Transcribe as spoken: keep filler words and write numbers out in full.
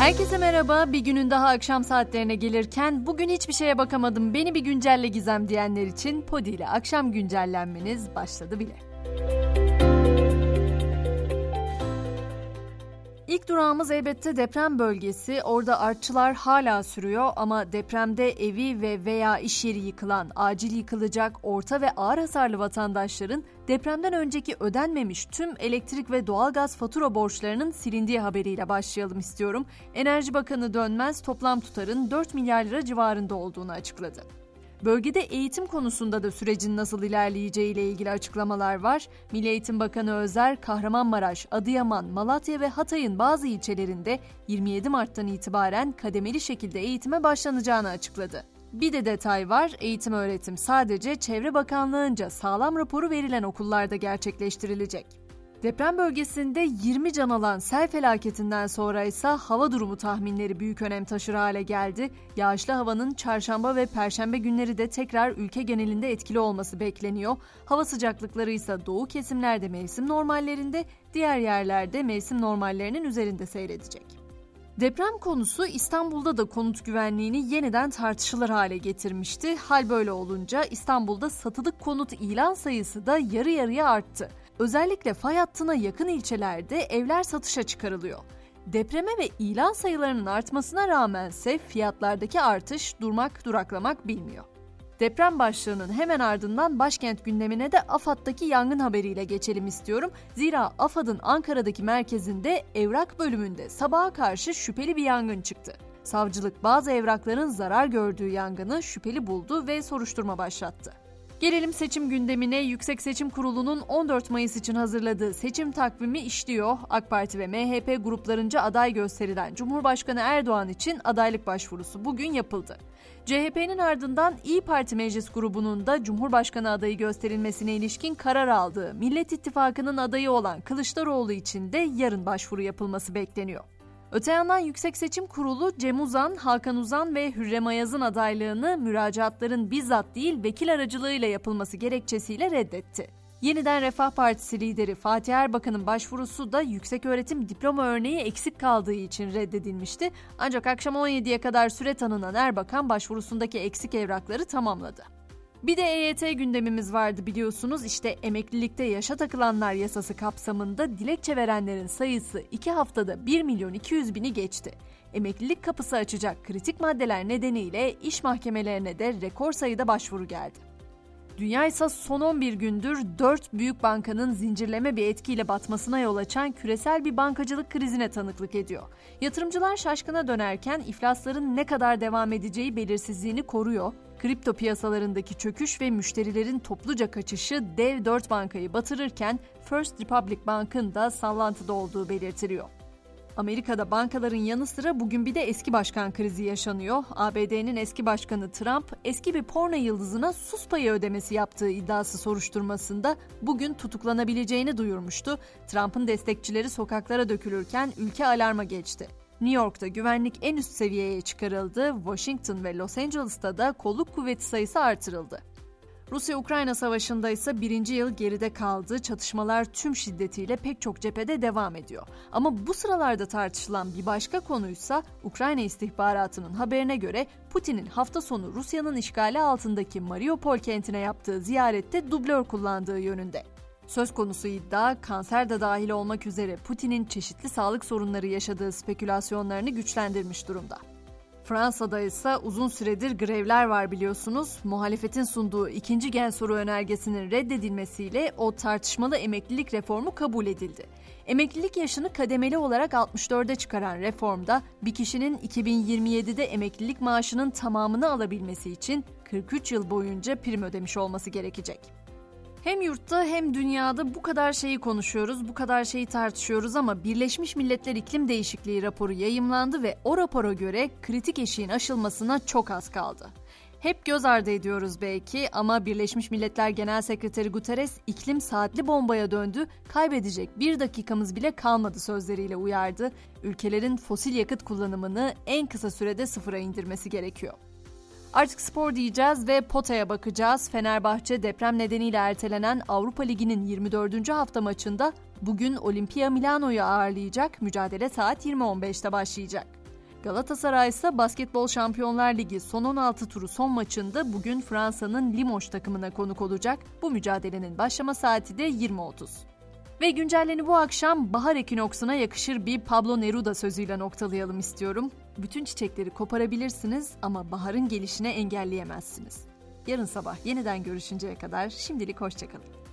Herkese merhaba, bir günün daha akşam saatlerine gelirken bugün hiçbir şeye bakamadım, beni bir güncelle Gizem diyenler için Podi ile akşam güncellenmeniz başladı bile. İlk durağımız elbette deprem bölgesi. Orada artçılar hala sürüyor ama depremde evi ve veya iş yeri yıkılan, acil yıkılacak, orta ve ağır hasarlı vatandaşların depremden önceki ödenmemiş tüm elektrik ve doğalgaz fatura borçlarının silindiği haberiyle başlayalım istiyorum. Enerji Bakanı Dönmez toplam tutarın dört milyar lira civarında olduğunu açıkladı. Bölgede eğitim konusunda da sürecin nasıl ilerleyeceği ile ilgili açıklamalar var. Milli Eğitim Bakanı Özer, Kahramanmaraş, Adıyaman, Malatya ve Hatay'ın bazı ilçelerinde yirmi yedi Mart'tan itibaren kademeli şekilde eğitime başlanacağını açıkladı. Bir de detay var, eğitim öğretim sadece Çevre Bakanlığı'nca sağlam raporu verilen okullarda gerçekleştirilecek. Deprem bölgesinde yirmi can alan sel felaketinden sonra ise hava durumu tahminleri büyük önem taşır hale geldi. Yağışlı havanın çarşamba ve perşembe günleri de tekrar ülke genelinde etkili olması bekleniyor. Hava sıcaklıkları ise doğu kesimlerde mevsim normallerinde, diğer yerlerde mevsim normallerinin üzerinde seyredecek. Deprem konusu İstanbul'da da konut güvenliğini yeniden tartışılır hale getirmişti. Hal böyle olunca İstanbul'da satılık konut ilan sayısı da yarı yarıya arttı. Özellikle fay hattına yakın ilçelerde evler satışa çıkarılıyor. Depreme ve ilan sayılarının artmasına rağmense fiyatlardaki artış durmak duraklamak bilmiyor. Deprem başlığının hemen ardından başkent gündemine de AFAD'daki yangın haberiyle geçelim istiyorum. Zira AFAD'ın Ankara'daki merkezinde evrak bölümünde sabaha karşı şüpheli bir yangın çıktı. Savcılık bazı evrakların zarar gördüğü yangını şüpheli buldu ve soruşturma başlattı. Gelelim seçim gündemine. Yüksek Seçim Kurulu'nun on dört Mayıs için hazırladığı seçim takvimi işliyor. AK Parti ve M H P gruplarınca aday gösterilen Cumhurbaşkanı Erdoğan için adaylık başvurusu bugün yapıldı. C H P'nin ardından İYİ Parti Meclis grubunun da Cumhurbaşkanı adayı gösterilmesine ilişkin karar aldığı Millet İttifakı'nın adayı olan Kılıçdaroğlu için de yarın başvuru yapılması bekleniyor. Öte yandan Yüksek Seçim Kurulu Cem Uzan, Hakan Uzan ve Hürrem Ayaz'ın adaylığını müracaatların bizzat değil vekil aracılığıyla yapılması gerekçesiyle reddetti. Yeniden Refah Partisi lideri Fatih Erbakan'ın başvurusu da yükseköğretim diploma örneği eksik kaldığı için reddedilmişti. Ancak akşam on yediye kadar süre tanınan Erbakan başvurusundaki eksik evrakları tamamladı. Bir de E Y T gündemimiz vardı biliyorsunuz. İşte emeklilikte yaşa takılanlar yasası kapsamında dilekçe verenlerin sayısı iki haftada bir milyon iki yüz bini geçti. Emeklilik kapısı açacak kritik maddeler nedeniyle iş mahkemelerine de rekor sayıda başvuru geldi. Dünya ise son on bir gündür dört büyük bankanın zincirleme bir etkiyle batmasına yol açan küresel bir bankacılık krizine tanıklık ediyor. Yatırımcılar şaşkına dönerken iflasların ne kadar devam edeceği belirsizliğini koruyor. Kripto piyasalarındaki çöküş ve müşterilerin topluca kaçışı dev dört bankayı batırırken First Republic Bank'ın da sallantıda olduğu belirtiliyor. Amerika'da bankaların yanı sıra bugün bir de eski başkan krizi yaşanıyor. A B D'nin eski başkanı Trump, eski bir porno yıldızına sus payı ödemesi yaptığı iddiası soruşturmasında bugün tutuklanabileceğini duyurmuştu. Trump'ın destekçileri sokaklara dökülürken ülke alarma geçti. New York'ta güvenlik en üst seviyeye çıkarıldı, Washington ve Los Angeles'ta da kolluk kuvveti sayısı artırıldı. Rusya-Ukrayna savaşında ise birinci yıl geride kaldı. Çatışmalar tüm şiddetiyle pek çok cephede devam ediyor. Ama bu sıralarda tartışılan bir başka konuysa Ukrayna istihbaratının haberine göre Putin'in hafta sonu Rusya'nın işgali altındaki Mariupol kentine yaptığı ziyarette dublör kullandığı yönünde. Söz konusu iddia, kanser de dahil olmak üzere Putin'in çeşitli sağlık sorunları yaşadığı spekülasyonlarını güçlendirmiş durumda. Fransa'da ise uzun süredir grevler var biliyorsunuz. Muhalefetin sunduğu ikinci gen soru önergesinin reddedilmesiyle o tartışmalı emeklilik reformu kabul edildi. Emeklilik yaşını kademeli olarak altmış dörde çıkaran reformda bir kişinin iki bin yirmi yedide emeklilik maaşının tamamını alabilmesi için kırk üç yıl boyunca prim ödemiş olması gerekecek. Hem yurtta hem dünyada bu kadar şeyi konuşuyoruz, bu kadar şeyi tartışıyoruz ama Birleşmiş Milletler İklim Değişikliği raporu yayımlandı ve o rapora göre kritik eşiğin aşılmasına çok az kaldı. Hep göz ardı ediyoruz belki ama Birleşmiş Milletler Genel Sekreteri Guterres iklim saatli bombaya döndü, kaybedecek bir dakikamız bile kalmadı sözleriyle uyardı. Ülkelerin fosil yakıt kullanımını en kısa sürede sıfıra indirmesi gerekiyor. Artık spor diyeceğiz ve potaya bakacağız. Fenerbahçe deprem nedeniyle ertelenen Avrupa Ligi'nin yirmi dördüncü hafta maçında bugün Olimpia Milano'yu ağırlayacak. Mücadele saat yirmi on beşte başlayacak. Galatasaray ise Basketbol Şampiyonlar Ligi son on altı turu son maçında bugün Fransa'nın Limoges takımına konuk olacak. Bu mücadelenin başlama saati de yirmi otuz. Ve güncelleni bu akşam bahar ekinoksuna yakışır bir Pablo Neruda sözüyle noktalayalım istiyorum. Bütün çiçekleri koparabilirsiniz ama baharın gelişine engelleyemezsiniz. Yarın sabah yeniden görüşünceye kadar şimdilik hoşça kalın.